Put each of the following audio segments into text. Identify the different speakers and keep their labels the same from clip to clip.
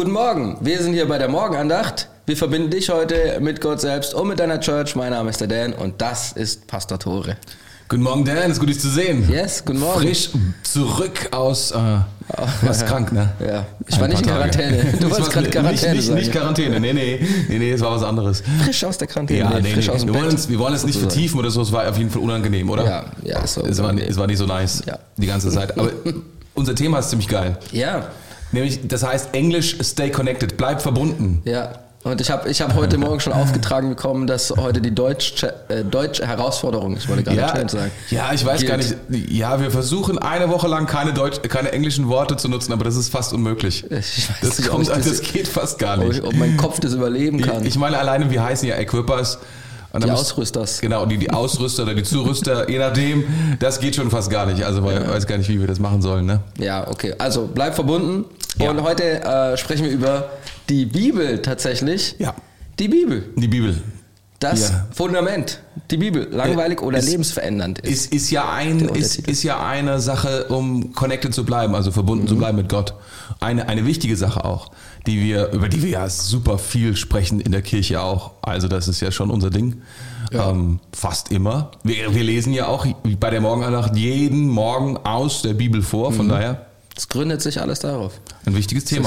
Speaker 1: Guten Morgen, wir sind hier bei der Morgenandacht. Wir verbinden dich heute mit Gott selbst und mit deiner Church. Mein Name ist der Dan und das ist Pastor Tore.
Speaker 2: Guten Morgen, Dan, ist gut, dich zu sehen.
Speaker 1: Yes, guten Morgen.
Speaker 2: Frisch zurück aus, warst krank, ne?
Speaker 1: Ja, ich war nicht in Quarantäne. Du wolltest gerade Quarantäne sagen.
Speaker 2: Nicht Quarantäne, nee, es war was anderes.
Speaker 1: Frisch aus der Quarantäne,
Speaker 2: ja,
Speaker 1: frisch aus dem Bett.
Speaker 2: Wir wollen es nicht vertiefen oder so, es war auf jeden Fall unangenehm, oder?
Speaker 1: Ja, ist so.
Speaker 2: Es war nicht so nice, die ganze Zeit. Aber unser Thema ist ziemlich geil.
Speaker 1: Ja.
Speaker 2: Nämlich, das heißt Englisch, stay connected, bleib verbunden.
Speaker 1: Ja. Und ich hab heute Morgen schon aufgetragen bekommen, dass heute die deutsche Herausforderung, ich wollte gerade Challenge sagen.
Speaker 2: Ja, ich weiß gar nicht. Ja, wir versuchen eine Woche lang keine englischen Worte zu nutzen, aber das ist fast unmöglich. Das geht fast gar nicht.
Speaker 1: Ob mein Kopf das überleben kann.
Speaker 2: Ich meine alleine, wir heißen ja Equippers.
Speaker 1: Die Ausrüsters.
Speaker 2: Genau, die Ausrüster oder die Zurüster, je nachdem, das geht schon fast gar nicht. Also ich weiß gar nicht, wie wir das machen sollen. Ne?
Speaker 1: Ja, okay. Also bleib verbunden. Ja. Und heute sprechen wir über die Bibel tatsächlich.
Speaker 2: Ja.
Speaker 1: Die Bibel.
Speaker 2: Die Bibel.
Speaker 1: Das Fundament. Die Bibel. Langweilig oder lebensverändernd ist.
Speaker 2: Ist ja eine Sache, um connected zu bleiben, also verbunden zu bleiben mit Gott. Eine wichtige Sache auch, über die wir ja super viel sprechen in der Kirche auch. Also das ist ja schon unser Ding. Ja. Fast immer. Wir lesen ja auch bei der Morgenandacht jeden Morgen aus der Bibel vor, von daher.
Speaker 1: Es gründet sich alles darauf.
Speaker 2: Ein wichtiges Thema.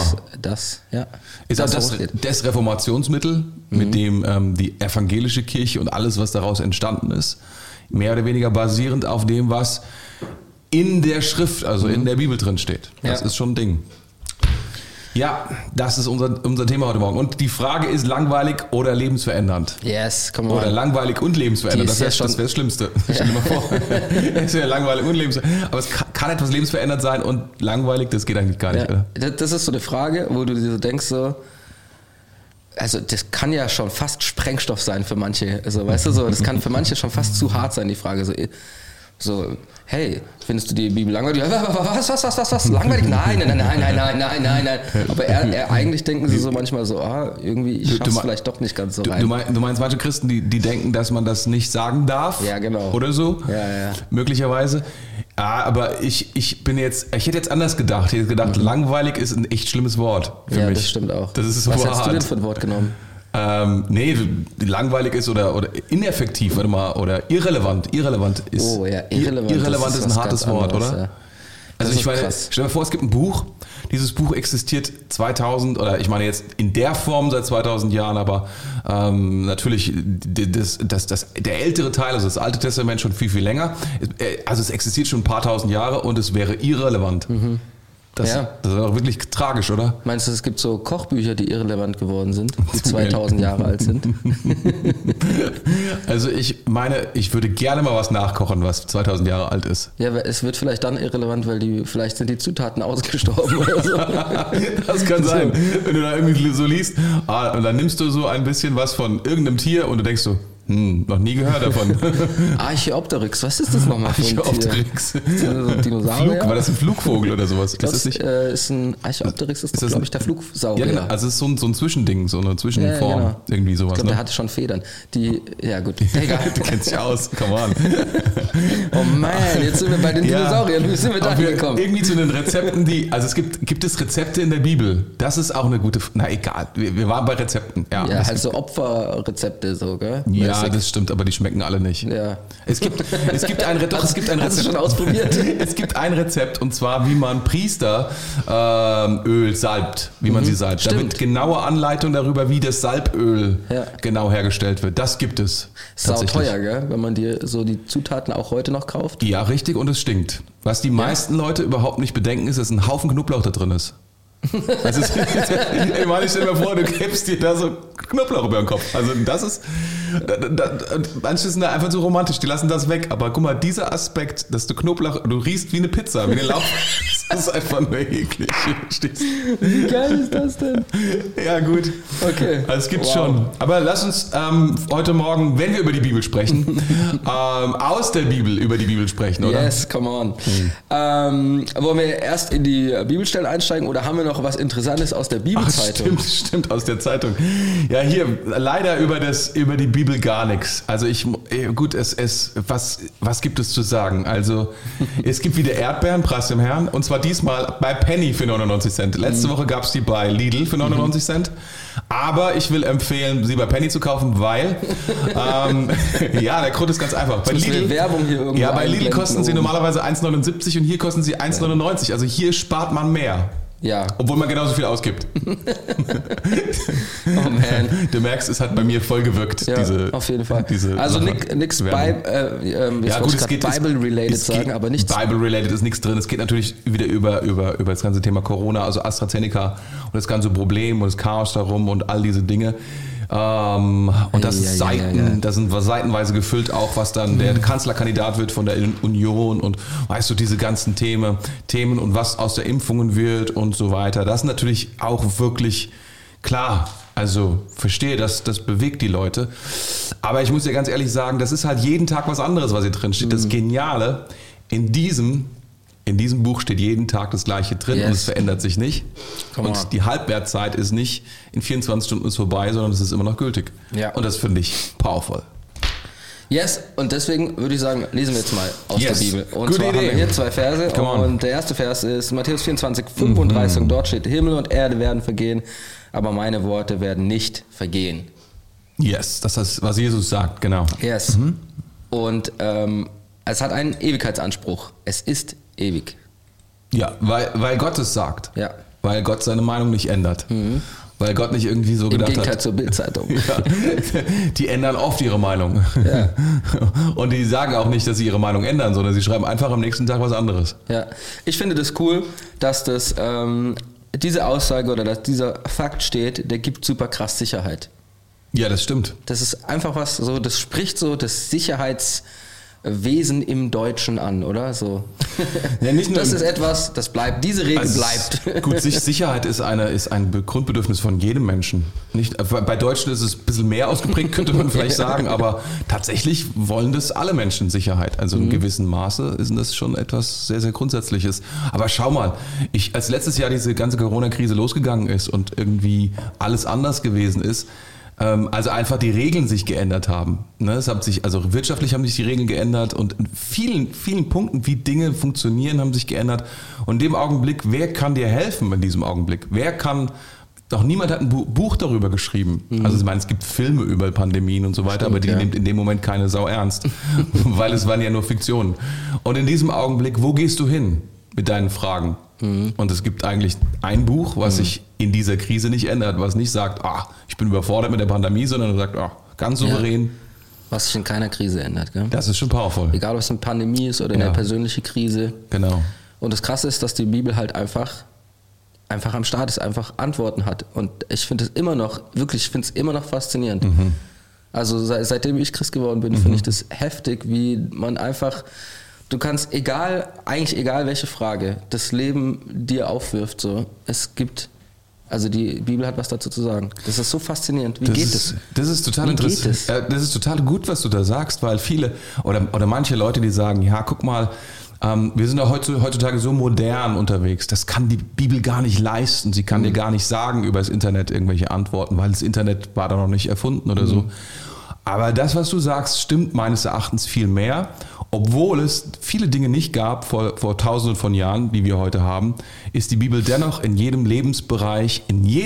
Speaker 2: Ist auch das Reformationsmittel, mit dem die evangelische Kirche und alles, was daraus entstanden ist, mehr oder weniger basierend auf dem, was in der Schrift, also in der Bibel drin steht. Das ist schon ein Ding. Ja, das ist unser Thema heute Morgen. Und die Frage ist, langweilig oder lebensverändernd?
Speaker 1: Yes, come on.
Speaker 2: Oder langweilig und lebensverändernd. Das wäre das Schlimmste. Stell dir mal vor. Es wäre langweilig und lebensverändernd. Aber es kann etwas lebensverändert sein und langweilig, das geht eigentlich gar nicht.
Speaker 1: Oder? Das ist so eine Frage, wo du dir so denkst, also das kann ja schon fast Sprengstoff sein für manche. Also weißt du so, das kann für manche schon fast zu hart sein, die Frage. So, hey, findest du die Bibel langweilig? Was? Langweilig? Nein. Aber eigentlich denken sie so manchmal so, irgendwie, ich schaff's vielleicht doch nicht ganz so rein.
Speaker 2: Du meinst manche Christen, die denken, dass man das nicht sagen darf?
Speaker 1: Ja, genau.
Speaker 2: Oder so?
Speaker 1: Ja.
Speaker 2: Möglicherweise. Aber ich hätte jetzt anders gedacht. Ich hätte gedacht, langweilig ist ein echt schlimmes Wort für mich.
Speaker 1: Ja, das stimmt auch.
Speaker 2: Das ist so
Speaker 1: Was
Speaker 2: hart.
Speaker 1: hast du denn für ein Wort genommen?
Speaker 2: Langweilig ist oder ineffektiv, oder irrelevant. Irrelevant ist.
Speaker 1: Oh ja, irrelevant
Speaker 2: ist ein hartes Wort,
Speaker 1: anderes,
Speaker 2: oder?
Speaker 1: Ja.
Speaker 2: Also ich meine, stell dir vor, es gibt ein Buch. Dieses Buch existiert 2000 oder ich meine jetzt in der Form seit 2000 Jahren, aber natürlich der ältere Teil, also das Alte Testament schon viel, viel länger. Also es existiert schon ein paar tausend Jahre und es wäre irrelevant. Das ist auch wirklich tragisch, oder?
Speaker 1: Meinst du, es gibt so Kochbücher, die irrelevant geworden sind, die 2000 Jahre alt sind?
Speaker 2: Also ich meine, ich würde gerne mal was nachkochen, was 2000 Jahre alt ist.
Speaker 1: Ja, aber es wird vielleicht dann irrelevant, weil vielleicht sind die Zutaten ausgestorben oder so.
Speaker 2: Das kann sein. Wenn du da irgendwie so liest, und dann nimmst du so ein bisschen was von irgendeinem Tier und du denkst so, noch nie gehört davon.
Speaker 1: Archaeopteryx, was ist das nochmal für ein Tier?
Speaker 2: Archaeopteryx.
Speaker 1: Dinosaurier?
Speaker 2: War das ein Flugvogel oder sowas?
Speaker 1: Ich glaube, Archaeopteryx ist glaube ich, der Flugsaurier.
Speaker 2: Ja, genau. Also es ist so ein Zwischending, so eine Zwischenform. Ja, genau. Irgendwie sowas.
Speaker 1: Ich glaube, der hatte schon Federn. Ja gut, egal.
Speaker 2: Du kennst dich aus, come on.
Speaker 1: Oh man, jetzt sind wir bei den Dinosauriern. Wie sind wir da hingekommen?
Speaker 2: Irgendwie zu den Rezepten, also gibt es Rezepte in der Bibel? Das ist auch eine gute, egal. Wir waren bei Rezepten. Ja,
Speaker 1: halt so Opferrezepte so, gell?
Speaker 2: Ja, das stimmt, aber die schmecken alle nicht.
Speaker 1: Ja.
Speaker 2: Es gibt ein Rezept.
Speaker 1: Hast du schon ausprobiert?
Speaker 2: Es gibt ein Rezept und zwar, wie man Priester Öl salbt, wie man sie salbt.
Speaker 1: Stimmt.
Speaker 2: Da wird genaue Anleitung darüber, wie das Salböl genau hergestellt wird. Das gibt es.
Speaker 1: Sau teuer, gell? Wenn man dir so die Zutaten auch heute noch kauft.
Speaker 2: Ja, richtig, und es stinkt. Was die meisten Leute überhaupt nicht bedenken, ist, dass ein Haufen Knoblauch da drin ist. Also, ich stell mir vor, du kippst dir da so Knoblauch über den Kopf. Also das ist, manche sind da einfach so romantisch, die lassen das weg. Aber guck mal, dieser Aspekt, dass du riechst wie eine Pizza, wie eine Laufe, das ist einfach nur eklig.
Speaker 1: Wie geil ist das denn?
Speaker 2: Ja, gut.
Speaker 1: Okay.
Speaker 2: Also es gibt's schon. Aber lass uns heute Morgen, wenn wir über die Bibel sprechen, aus der Bibel über die Bibel sprechen, oder?
Speaker 1: Yes, come on. Wollen wir erst in die Bibelstellen einsteigen oder haben wir noch noch was Interessantes aus der Bibelzeitung.
Speaker 2: Stimmt, aus der Zeitung. Ja, hier, leider über die Bibel gar nichts. Also was gibt es zu sagen? Also, es gibt wieder Erdbeeren, preis dem Herrn, und zwar diesmal bei Penny für 99 Cent. Letzte Woche gab es die bei Lidl für 99 Cent. Aber ich will empfehlen, sie bei Penny zu kaufen, weil, ja, der Grund ist ganz einfach. Bei Lidl,
Speaker 1: Werbung hier irgendwo.
Speaker 2: Ja, bei Lidl kosten sie normalerweise 1,79 und hier kosten sie 1,99. Also hier spart man mehr.
Speaker 1: Ja.
Speaker 2: Obwohl man genauso viel ausgibt.
Speaker 1: Oh man.
Speaker 2: Du merkst, es hat bei mir voll gewirkt.
Speaker 1: Ja, auf jeden Fall. Also nichts Bible-related sagen, aber nichts.
Speaker 2: Bible-related ist nichts drin. Es geht natürlich wieder über das ganze Thema Corona, also AstraZeneca und das ganze Problem und das Chaos darum und all diese Dinge. Und das ist das sind seitenweise gefüllt auch, was dann der Kanzlerkandidat wird von der Union und weißt du, diese ganzen Themen und was aus der Impfungen wird und so weiter. Das ist natürlich auch wirklich klar. Also verstehe, das bewegt die Leute. Aber ich muss dir ganz ehrlich sagen, das ist halt jeden Tag was anderes, was hier drin steht. Das Geniale in diesem Buch steht jeden Tag das Gleiche drin und es verändert sich nicht. Und die Halbwertzeit ist nicht in 24 Stunden ist vorbei, sondern es ist immer noch gültig. Ja. Und das finde ich powerful.
Speaker 1: Yes, und deswegen würde ich sagen, lesen wir jetzt mal aus der Bibel. Und
Speaker 2: Gute
Speaker 1: zwar
Speaker 2: Idee.
Speaker 1: haben wir hier 2 Verse. Und der erste Vers ist Matthäus 24, 35. Und dort steht, Himmel und Erde werden vergehen, aber meine Worte werden nicht vergehen.
Speaker 2: Yes, das ist, was Jesus sagt, genau.
Speaker 1: Yes. Und es hat einen Ewigkeitsanspruch. Es ist ewig.
Speaker 2: Ja, weil Gott es sagt.
Speaker 1: Ja.
Speaker 2: Weil Gott seine Meinung nicht ändert. Weil Gott nicht irgendwie so gedacht hat.
Speaker 1: Im Gegenteil zur Bild-Zeitung.
Speaker 2: Ja, die ändern oft ihre Meinung. Ja. Und die sagen auch nicht, dass sie ihre Meinung ändern, sondern sie schreiben einfach am nächsten Tag was anderes.
Speaker 1: Ja, ich finde das cool, dass diese Aussage oder dass dieser Fakt steht, der gibt super krass Sicherheit.
Speaker 2: Ja, das stimmt.
Speaker 1: Das ist einfach was, so, das spricht so das Sicherheitswesen im Deutschen an, oder? So. Ja, nicht nur das ist etwas, das bleibt, diese Regel bleibt.
Speaker 2: Gut, Sicherheit ist ein Grundbedürfnis von jedem Menschen. Nicht, bei Deutschen ist es ein bisschen mehr ausgeprägt, könnte man vielleicht sagen, aber tatsächlich wollen das alle Menschen Sicherheit. Also in gewissem Maße ist das schon etwas sehr, sehr Grundsätzliches. Aber schau mal, als letztes Jahr diese ganze Corona-Krise losgegangen ist und irgendwie alles anders gewesen ist, also einfach die Regeln sich geändert haben. Es haben sich, also wirtschaftlich haben sich die Regeln geändert und in vielen, vielen Punkten, wie Dinge funktionieren, haben sich geändert. Und in dem Augenblick, wer kann dir helfen in diesem Augenblick? Doch niemand hat ein Buch darüber geschrieben. Also ich meine, es gibt Filme über Pandemien und so weiter, aber die nimmt in dem Moment keine Sau ernst, weil es waren ja nur Fiktionen. Und in diesem Augenblick, wo gehst du hin mit deinen Fragen? Und es gibt eigentlich ein Buch, was sich in dieser Krise nicht ändert, was nicht sagt, ich bin überfordert mit der Pandemie, sondern sagt, ganz souverän. Ja. Was
Speaker 1: sich in keiner Krise ändert, gell?
Speaker 2: Das ist schon powerful.
Speaker 1: Egal, ob es eine Pandemie ist oder eine persönliche Krise.
Speaker 2: Genau.
Speaker 1: Und das Krasse ist, dass die Bibel halt einfach am Start ist, einfach Antworten hat. Und ich finde es immer noch faszinierend. Also seitdem ich Christ geworden bin, finde ich das heftig, wie man einfach... Du kannst, egal welche Frage das Leben dir aufwirft, so, also die Bibel hat was dazu zu sagen. Das ist so faszinierend. Wie geht es?
Speaker 2: Das ist total interessant. Das ist total gut, was du da sagst, weil viele oder manche Leute, die sagen, ja, guck mal, wir sind ja heutzutage so modern unterwegs, das kann die Bibel gar nicht leisten. Sie kann dir gar nicht sagen über das Internet irgendwelche Antworten, weil das Internet war da noch nicht erfunden oder so. Aber das, was du sagst, stimmt meines Erachtens viel mehr. Obwohl es viele Dinge nicht gab vor tausenden von Jahren, die wir heute haben, ist die Bibel dennoch in jedem Lebensbereich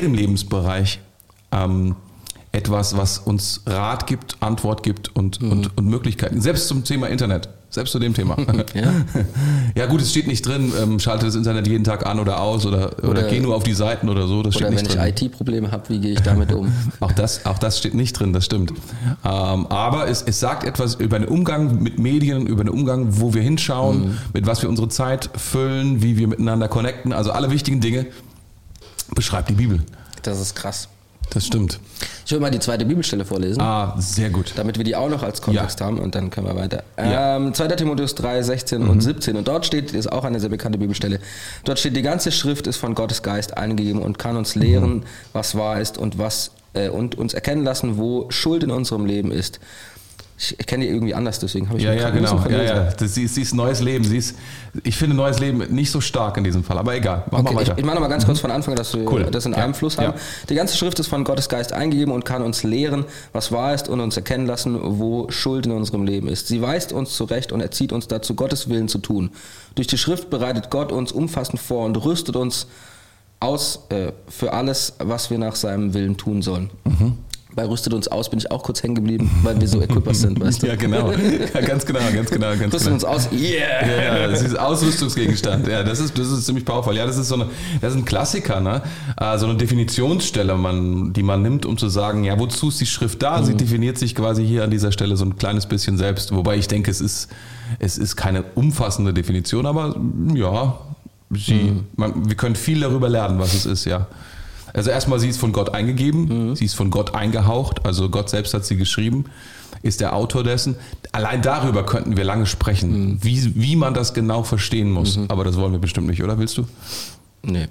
Speaker 2: etwas, was uns Rat gibt, Antwort gibt und Möglichkeiten. Selbst zum Thema Internet. Selbst zu dem Thema. Ja gut, es steht nicht drin, schalte das Internet jeden Tag an oder aus oder geh nur auf die Seiten oder so. Das steht nicht drin.
Speaker 1: Oder wenn ich IT-Probleme habe, wie gehe ich damit um?
Speaker 2: Auch das steht nicht drin, das stimmt. Aber es sagt etwas über den Umgang mit Medien, über den Umgang, wo wir hinschauen, mit was wir unsere Zeit füllen, wie wir miteinander connecten. Also alle wichtigen Dinge beschreibt die Bibel.
Speaker 1: Das ist krass.
Speaker 2: Das stimmt.
Speaker 1: Ich will mal die zweite Bibelstelle vorlesen.
Speaker 2: Sehr gut.
Speaker 1: Damit wir die auch noch als Kontext haben und dann können wir weiter. 2. Timotheus 3, 16 und 17. Und dort steht, das ist auch eine sehr bekannte Bibelstelle, dort steht, die ganze Schrift ist von Gottes Geist eingegeben und kann uns lehren, was wahr ist und uns erkennen lassen, wo Schuld in unserem Leben ist. Ich kenne die irgendwie anders, deswegen habe ich
Speaker 2: Ja, genau. Ja. Sie ist neues Leben. Ich finde neues Leben nicht so stark in diesem Fall, aber egal. Mach mal weiter.
Speaker 1: Ich mache nochmal ganz kurz von Anfang, dass wir das in einem Fluss haben. Die ganze Schrift ist von Gottes Geist eingegeben und kann uns lehren, was wahr ist und uns erkennen lassen, wo Schuld in unserem Leben ist. Sie weist uns zurecht und erzieht uns dazu, Gottes Willen zu tun. Durch die Schrift bereitet Gott uns umfassend vor und rüstet uns aus für alles, was wir nach seinem Willen tun sollen. Bei rüstet uns aus bin ich auch kurz hängen geblieben, weil wir so Equippers sind, weißt du?
Speaker 2: Ja, genau. Ja, ganz genau.
Speaker 1: Rüstet uns aus,
Speaker 2: Ja, das ist Ausrüstungsgegenstand. Ja, das ist ziemlich powerful. Ja, das ist ein Klassiker, ne? So eine Definitionsstelle, die man nimmt, um zu sagen, ja, wozu ist die Schrift da? Sie definiert sich quasi hier an dieser Stelle so ein kleines bisschen selbst. Wobei ich denke, es ist keine umfassende Definition, aber ja, wir können viel darüber lernen, was es ist, ja. Also erstmal, sie ist von Gott eingegeben, sie ist von Gott eingehaucht, also Gott selbst hat sie geschrieben, ist der Autor dessen. Allein darüber könnten wir lange sprechen, wie man das genau verstehen muss. Aber das wollen wir bestimmt nicht, oder? Willst du?
Speaker 1: Nee.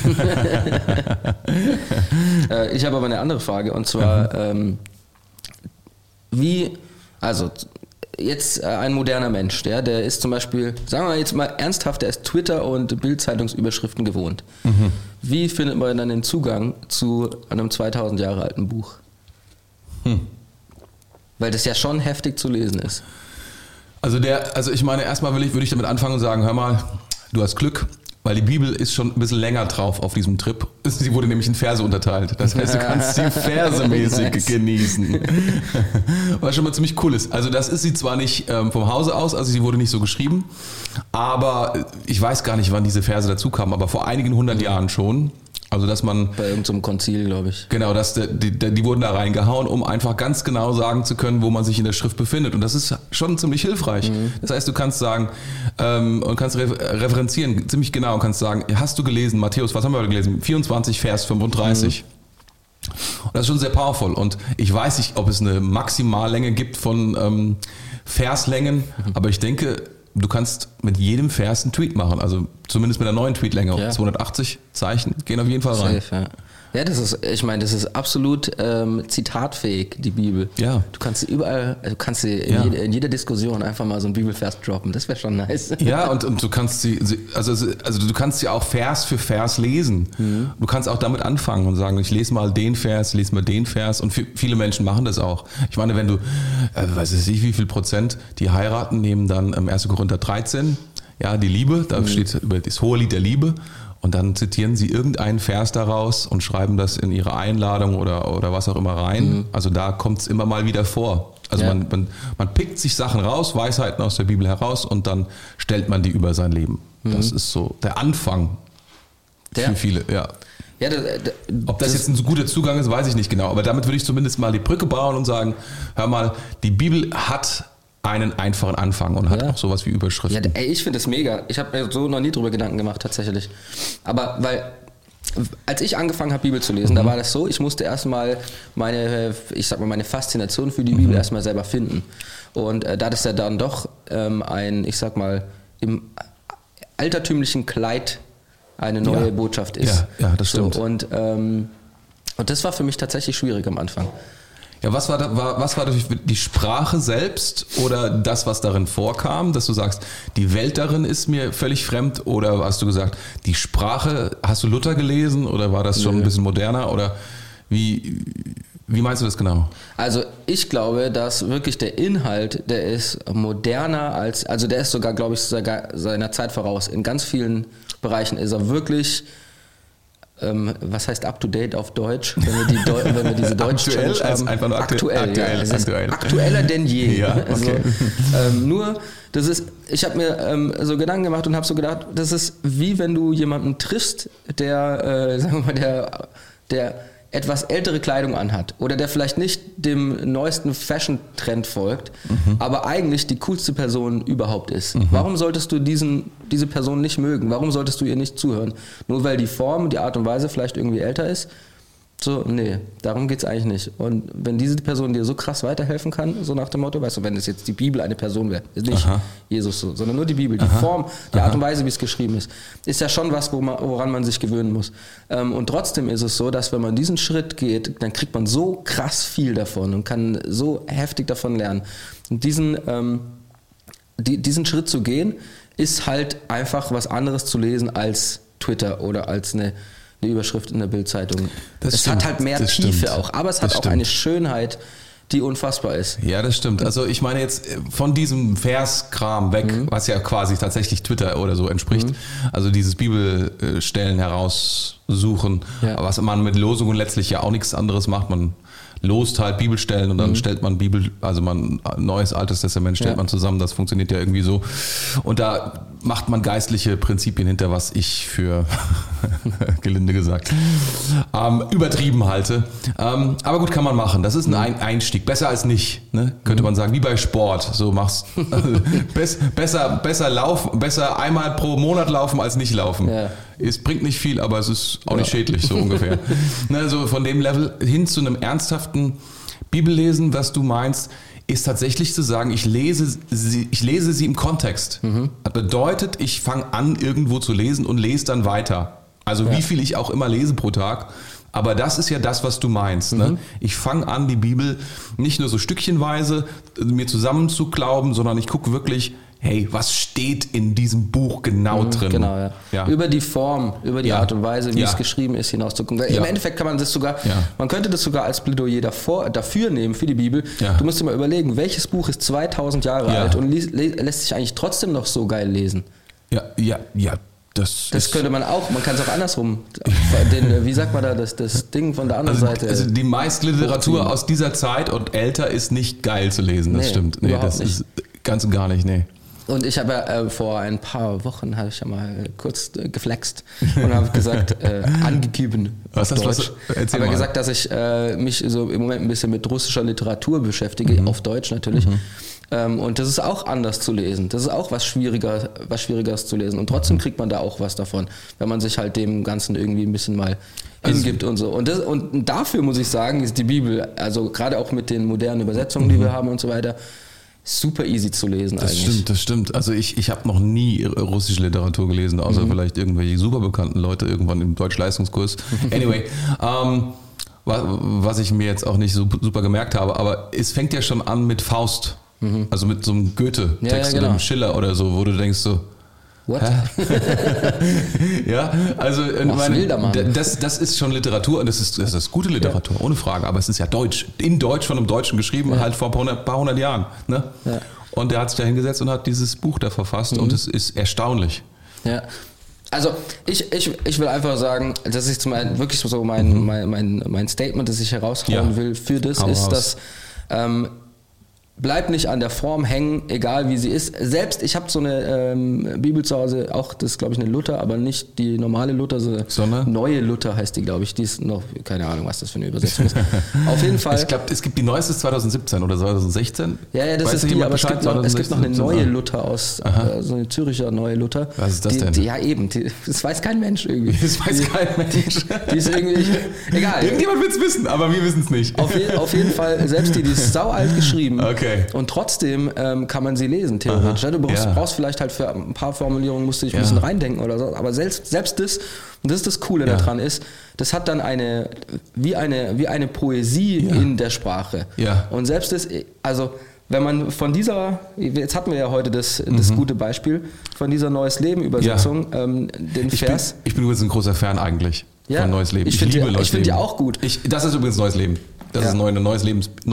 Speaker 1: Ich habe aber eine andere Frage, und zwar, jetzt ein moderner Mensch, der ist zum Beispiel, sagen wir jetzt mal ernsthaft, der ist Twitter- und Bild-Zeitungsüberschriften gewohnt. Wie findet man dann den Zugang zu einem 2000 Jahre alten Buch? Weil das ja schon heftig zu lesen ist.
Speaker 2: Also ich meine, erstmal würde ich damit anfangen und sagen, hör mal, du hast Glück, weil die Bibel ist schon ein bisschen länger drauf auf diesem Trip. Sie wurde nämlich in Verse unterteilt. Das heißt, du kannst sie versemäßig genießen. Was schon mal ziemlich cool ist. Also das ist sie zwar nicht vom Hause aus, also sie wurde nicht so geschrieben, aber ich weiß gar nicht, wann diese Verse dazu kamen, aber vor einigen 100 Jahren schon. Also dass man...
Speaker 1: Bei irgendeinem Konzil, glaube ich.
Speaker 2: Genau, die wurden da reingehauen, um einfach ganz genau sagen zu können, wo man sich in der Schrift befindet. Und das ist schon ziemlich hilfreich. Das heißt, du kannst sagen und kannst referenzieren ziemlich genau und kannst sagen, hast du gelesen, Matthäus, was haben wir heute gelesen? 24, Vers 35. Und das ist schon sehr powerful. Und ich weiß nicht, ob es eine Maximallänge gibt von Verslängen, aber ich denke... Du kannst mit jedem Vers einen Tweet machen, also zumindest mit der neuen Tweetlänge. 280 Zeichen gehen auf jeden Fall rein.
Speaker 1: Safe, ja. Ja, das ist absolut zitatfähig, die Bibel.
Speaker 2: Ja.
Speaker 1: Du kannst sie überall, in jeder Diskussion einfach mal so einen Bibelvers droppen. Das wäre schon nice.
Speaker 2: Ja, und du kannst du kannst sie auch Vers für Vers lesen. Du kannst auch damit anfangen und sagen, ich lese mal den Vers, lese mal den Vers. Und viele Menschen machen das auch. Ich meine, wenn du, weiß ich nicht, wie viel Prozent die heiraten, nehmen dann 1. Korinther 13, ja, die Liebe, da steht über das hohe Lied der Liebe. Und dann zitieren sie irgendeinen Vers daraus und schreiben das in ihre Einladung oder was auch immer rein. Also da kommt es immer mal wieder vor. Also man pickt sich Sachen raus, Weisheiten aus der Bibel heraus und dann stellt man die über sein Leben. Das ist so der Anfang für viele, ja. Ob das jetzt ein so guter Zugang ist, weiß ich nicht genau. Aber damit würde ich zumindest mal die Brücke bauen und sagen, hör mal, die Bibel hat einen einfachen Anfang und hat auch sowas wie Überschriften.
Speaker 1: Ja, ich finde das mega. Ich habe mir so noch nie drüber Gedanken gemacht, tatsächlich. Aber als ich angefangen habe, Bibel zu lesen, da war das so, ich musste erstmal meine Faszination für die Bibel erstmal selber finden. Und da das ja dann doch im altertümlichen Kleid eine neue Botschaft ist.
Speaker 2: Ja, das stimmt.
Speaker 1: So, und das war für mich tatsächlich schwierig am Anfang.
Speaker 2: Ja, was war die Sprache selbst oder das, was darin vorkam, dass du sagst, die Welt darin ist mir völlig fremd, oder hast du gesagt, die Sprache, hast du Luther gelesen oder war das schon ein bisschen moderner, oder wie meinst du das genau?
Speaker 1: Also ich glaube, dass wirklich der Inhalt, der ist moderner also der ist sogar, glaube ich, seiner Zeit voraus. In ganz vielen Bereichen ist er wirklich... was heißt up-to-date auf Deutsch, wenn wir diese Deutsch-Challenge haben?
Speaker 2: Einfach nur aktuell.
Speaker 1: Es ist aktueller denn je.
Speaker 2: Ja, okay.
Speaker 1: Ich habe mir so Gedanken gemacht und habe so gedacht, das ist wie wenn du jemanden triffst, der etwas ältere Kleidung anhat oder der vielleicht nicht dem neuesten Fashion-Trend folgt, aber eigentlich die coolste Person überhaupt ist. Warum solltest du diese Person nicht mögen? Warum solltest du ihr nicht zuhören? Nur weil die Form, die Art und Weise vielleicht irgendwie älter ist? So, nee, darum geht es eigentlich nicht. Und wenn diese Person dir so krass weiterhelfen kann, so nach dem Motto, weißt du, wenn es jetzt die Bibel eine Person wäre, ist nicht Jesus so, sondern nur die Bibel, die Form, die Art und Weise, wie es geschrieben ist ja schon was, woran man sich gewöhnen muss. Und trotzdem ist es so, dass wenn man diesen Schritt geht, dann kriegt man so krass viel davon und kann so heftig davon lernen. Und diesen Schritt zu gehen, ist halt einfach was anderes zu lesen als Twitter oder als eine Überschrift in der Bildzeitung. Es hat halt mehr Tiefe auch, aber es hat auch eine Schönheit, die unfassbar ist.
Speaker 2: Ja, das stimmt. Also ich meine jetzt von diesem Verskram weg, was ja quasi tatsächlich Twitter oder so entspricht, also dieses Bibelstellen heraussuchen, was man mit Losungen letztlich ja auch nichts anderes macht. Man lost halt Bibelstellen und dann stellt man Neues, Altes Testament stellt man zusammen, das funktioniert ja irgendwie so. Und da macht man geistliche Prinzipien hinter, was ich für, gelinde gesagt, übertrieben halte. Aber gut, kann man machen. Das ist ein Einstieg. Besser als nicht, ne? Könnte man sagen. Wie bei Sport. So machst besser laufen, besser einmal pro Monat laufen als nicht laufen. Ja. Es bringt nicht viel, aber es ist auch nicht schädlich, so ungefähr. Also von dem Level hin zu einem ernsthaften Bibellesen, was du meinst, ist tatsächlich zu sagen, ich lese sie im Kontext. Das bedeutet, ich fange an, irgendwo zu lesen und lese dann weiter. Also wie viel ich auch immer lese pro Tag. Aber das ist ja das, was du meinst. Ne? Ich fange an, die Bibel nicht nur so stückchenweise mir zusammenzuklauben, sondern ich gucke wirklich, hey, was steht in diesem Buch genau drin?
Speaker 1: Genau, ja. Über die Form, über die Art und Weise, wie es geschrieben ist, hinauszukommen. Im Endeffekt kann man das sogar, man könnte das sogar als Plädoyer dafür nehmen, für die Bibel. Ja. Du musst dir mal überlegen, welches Buch ist 2000 Jahre alt und lässt sich eigentlich trotzdem noch so geil lesen?
Speaker 2: Ja. Das
Speaker 1: könnte man auch, man kann es auch andersrum. Wie sagt man da, das Ding von der anderen Seite?
Speaker 2: Also die meiste Literatur aus dieser Zeit und älter ist nicht geil zu lesen, das stimmt. Nee, das ist ganz und gar nicht, nee.
Speaker 1: Und ich habe ja vor ein paar Wochen habe ich ja mal kurz geflext und habe gesagt, angegeben.
Speaker 2: Was hast du?
Speaker 1: Ich habe gesagt, dass ich mich so im Moment ein bisschen mit russischer Literatur beschäftige, auf Deutsch natürlich. Und das ist auch anders zu lesen. Das ist auch was Schwierigeres zu lesen. Und trotzdem kriegt man da auch was davon, wenn man sich halt dem Ganzen irgendwie ein bisschen mal hingibt und so. Und dafür muss ich sagen, ist die Bibel, also gerade auch mit den modernen Übersetzungen, die wir haben und so weiter, super easy zu lesen eigentlich.
Speaker 2: Das stimmt. Also ich habe noch nie russische Literatur gelesen, außer vielleicht irgendwelche super bekannten Leute irgendwann im Deutsch-Leistungskurs. Anyway, was ich mir jetzt auch nicht so super gemerkt habe, aber es fängt ja schon an mit Faust. Also mit so einem Goethe-Text oder einem Schiller oder so, wo du denkst so,
Speaker 1: what?
Speaker 2: Ja, also das ist schon Literatur und das ist gute Literatur, ohne Frage, aber es ist ja Deutsch, in Deutsch von einem Deutschen geschrieben, halt vor ein paar hundert Jahren. Ne? Ja. Und der hat sich da hingesetzt und hat dieses Buch da verfasst und es ist erstaunlich.
Speaker 1: Ja. Also ich will einfach sagen, dass ich wirklich so mein Statement, das ich heraushauen will für das, ist, dass bleibt nicht an der Form hängen, egal wie sie ist. Selbst, ich habe so eine Bibel zu Hause, auch das ist glaube ich eine Luther, aber nicht die normale Luther, sondern neue Luther heißt die, glaube ich. Die ist noch, keine Ahnung, was das für eine Übersetzung ist. Auf jeden Fall.
Speaker 2: Ich glaube, es gibt die neueste 2017 oder 2016.
Speaker 1: Ja, das ist die, aber es gibt noch eine neue Luther aus, so eine Züricher neue Luther.
Speaker 2: Was ist das denn?
Speaker 1: Das weiß kein Mensch irgendwie.
Speaker 2: Das weiß kein Mensch.
Speaker 1: Die ist irgendwie, egal.
Speaker 2: Irgendjemand wird es wissen, aber wir wissen es nicht.
Speaker 1: Auf jeden Fall, selbst die ist saualt geschrieben.
Speaker 2: Okay.
Speaker 1: Und trotzdem kann man sie lesen, theoretisch. Du brauchst vielleicht halt für ein paar Formulierungen, musst du dich ein bisschen reindenken oder so. Aber selbst das, und das ist das Coole daran ist, das hat dann wie eine Poesie in der Sprache. Ja. Und selbst das, also wenn man von dieser, jetzt hatten wir ja heute das gute Beispiel, von dieser Neues Leben Übersetzung, den Vers.
Speaker 2: Ich bin übrigens ein großer Fan eigentlich von Neues Leben.
Speaker 1: Ich liebe Neues Leben. Ich finde die auch gut.
Speaker 2: Das ist übrigens Neues Leben. Das ist eine neue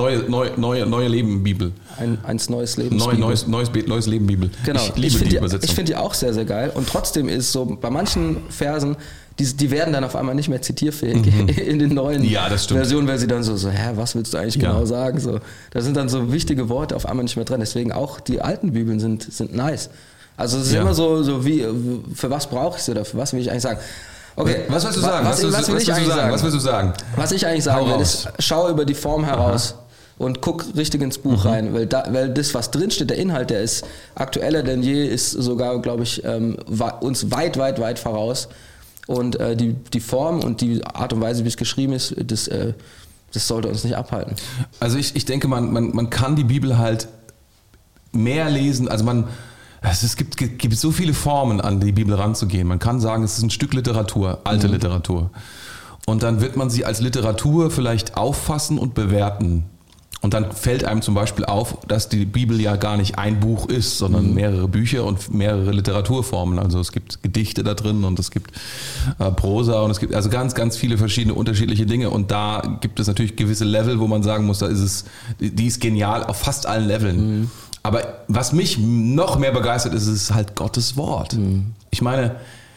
Speaker 2: Leben Bibel.
Speaker 1: Ein neues Leben.
Speaker 2: Neues Leben Bibel.
Speaker 1: Genau.
Speaker 2: Ich liebe die Übersetzung.
Speaker 1: Ich finde die auch sehr, sehr geil. Und trotzdem ist so, bei manchen Versen, die werden dann auf einmal nicht mehr zitierfähig in den neuen Versionen, weil sie dann so, was willst du eigentlich genau sagen? So, da sind dann so wichtige Worte auf einmal nicht mehr drin. Deswegen auch die alten Bibeln sind nice. Also es ist immer so wie, für was brauche ich sie oder für was will ich eigentlich sagen? Okay,
Speaker 2: was willst du sagen? Was willst du sagen?
Speaker 1: Was ich eigentlich sagen will, ist, schau über die Form heraus und guck richtig ins Buch rein, weil das, was drinsteht, der Inhalt, der ist aktueller denn je, ist sogar, glaube ich, uns weit, weit, weit voraus. Und die Form und die Art und Weise, wie es geschrieben ist, das sollte uns nicht abhalten.
Speaker 2: Also ich denke, man kann die Bibel halt mehr lesen, also es gibt so viele Formen, an die Bibel ranzugehen. Man kann sagen, es ist ein Stück Literatur, alte Literatur. Und dann wird man sie als Literatur vielleicht auffassen und bewerten. Und dann fällt einem zum Beispiel auf, dass die Bibel ja gar nicht ein Buch ist, sondern mehrere Bücher und mehrere Literaturformen. Also es gibt Gedichte da drin und es gibt Prosa und es gibt also ganz, ganz viele verschiedene unterschiedliche Dinge. Und da gibt es natürlich gewisse Level, wo man sagen muss, die ist genial auf fast allen Leveln. Aber was mich noch mehr begeistert, ist halt Gottes Wort. Ich meine,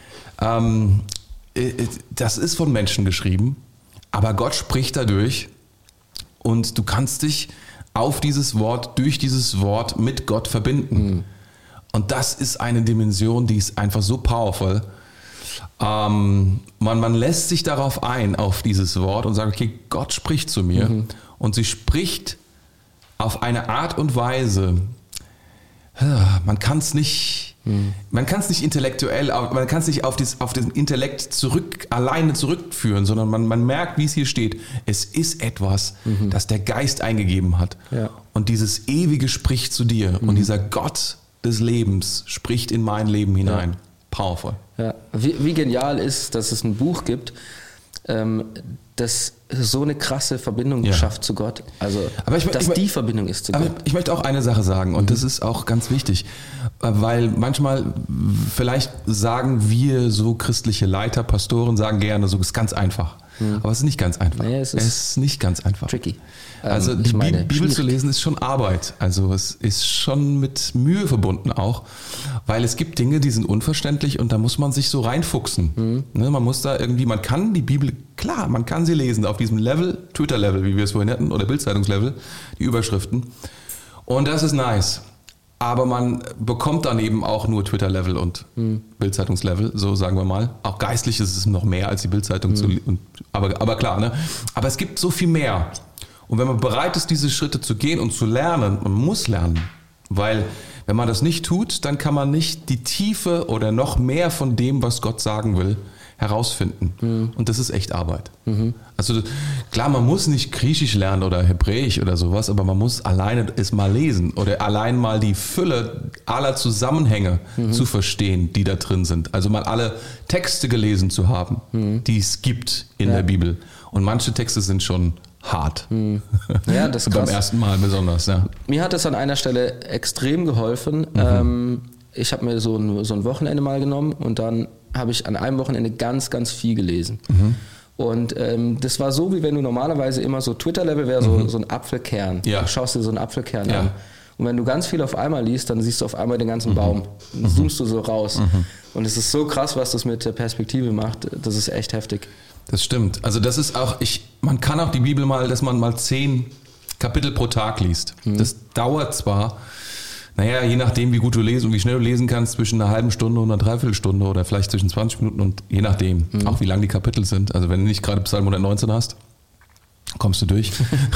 Speaker 2: das ist von Menschen geschrieben, aber Gott spricht dadurch und du kannst dich auf dieses Wort, durch dieses Wort mit Gott verbinden. Und das ist eine Dimension, die ist einfach so powerful. Man lässt sich darauf ein, auf dieses Wort und sagt, okay, Gott spricht zu mir. Und sie spricht auf eine Art und Weise, man kann es nicht intellektuell, man kann es nicht auf den Intellekt alleine zurückführen, sondern man merkt, wie es hier steht. Es ist etwas, das der Geist eingegeben hat. Ja. Und dieses Ewige spricht zu dir. Und dieser Gott des Lebens spricht in mein Leben hinein. Ja. Powerful.
Speaker 1: Ja. Wie genial ist, dass es ein Buch gibt, das so eine krasse Verbindung schafft zu Gott. Also, die Verbindung ist zu Gott.
Speaker 2: Aber ich möchte auch eine Sache sagen, und das ist auch ganz wichtig, weil manchmal, vielleicht sagen wir so christliche Leiter, Pastoren sagen gerne, so ist ganz einfach. Aber es ist nicht ganz einfach. Nee, es ist nicht ganz einfach.
Speaker 1: Tricky.
Speaker 2: Also die Bibel zu lesen ist schon Arbeit. Also es ist schon mit Mühe verbunden auch, weil es gibt Dinge, die sind unverständlich und da muss man sich so reinfuchsen. Ne, man muss da irgendwie, man kann die Bibel, klar, man kann sie lesen auf diesem Level, Twitter-Level, wie wir es vorhin hatten, oder Bild-Zeitungslevel, die Überschriften. Und das ist nice. Aber man bekommt dann eben auch nur Twitter-Level und Bild-Zeitungslevel, so sagen wir mal. Auch geistlich ist es noch mehr als die Bild-Zeitung. Aber klar, ne? Aber es gibt so viel mehr. Und wenn man bereit ist, diese Schritte zu gehen und zu lernen, man muss lernen. Weil wenn man das nicht tut, dann kann man nicht die Tiefe oder noch mehr von dem, was Gott sagen will, herausfinden. Und das ist echt Arbeit. Also klar, man muss nicht Griechisch lernen oder Hebräisch oder sowas, aber man muss alleine es mal lesen oder allein mal die Fülle aller Zusammenhänge zu verstehen, die da drin sind. Also mal alle Texte gelesen zu haben, die es gibt in der Bibel. Und manche Texte sind schon hart.
Speaker 1: Ja, das ist krass.
Speaker 2: Beim ersten Mal besonders, ja.
Speaker 1: Mir hat es an einer Stelle extrem geholfen. Ich habe mir so ein Wochenende mal genommen und dann habe ich an einem Wochenende ganz, ganz viel gelesen. Und das war so, wie wenn du normalerweise immer so Twitter-Level wäre, so ein Apfelkern. Ja. Du schaust dir so einen Apfelkern an. Und wenn du ganz viel auf einmal liest, dann siehst du auf einmal den ganzen Baum. Dann zoomst du so raus. Und es ist so krass, was das mit der Perspektive macht. Das ist echt heftig.
Speaker 2: Das stimmt. Also das ist auch, man kann auch die Bibel dass man mal 10 Kapitel pro Tag liest. Das dauert zwar, je nachdem, wie gut du lesen und wie schnell du lesen kannst, zwischen einer halben Stunde und einer Dreiviertelstunde oder vielleicht zwischen 20 Minuten und je nachdem, auch wie lang die Kapitel sind. Also wenn du nicht gerade Psalm 119 hast, kommst du durch.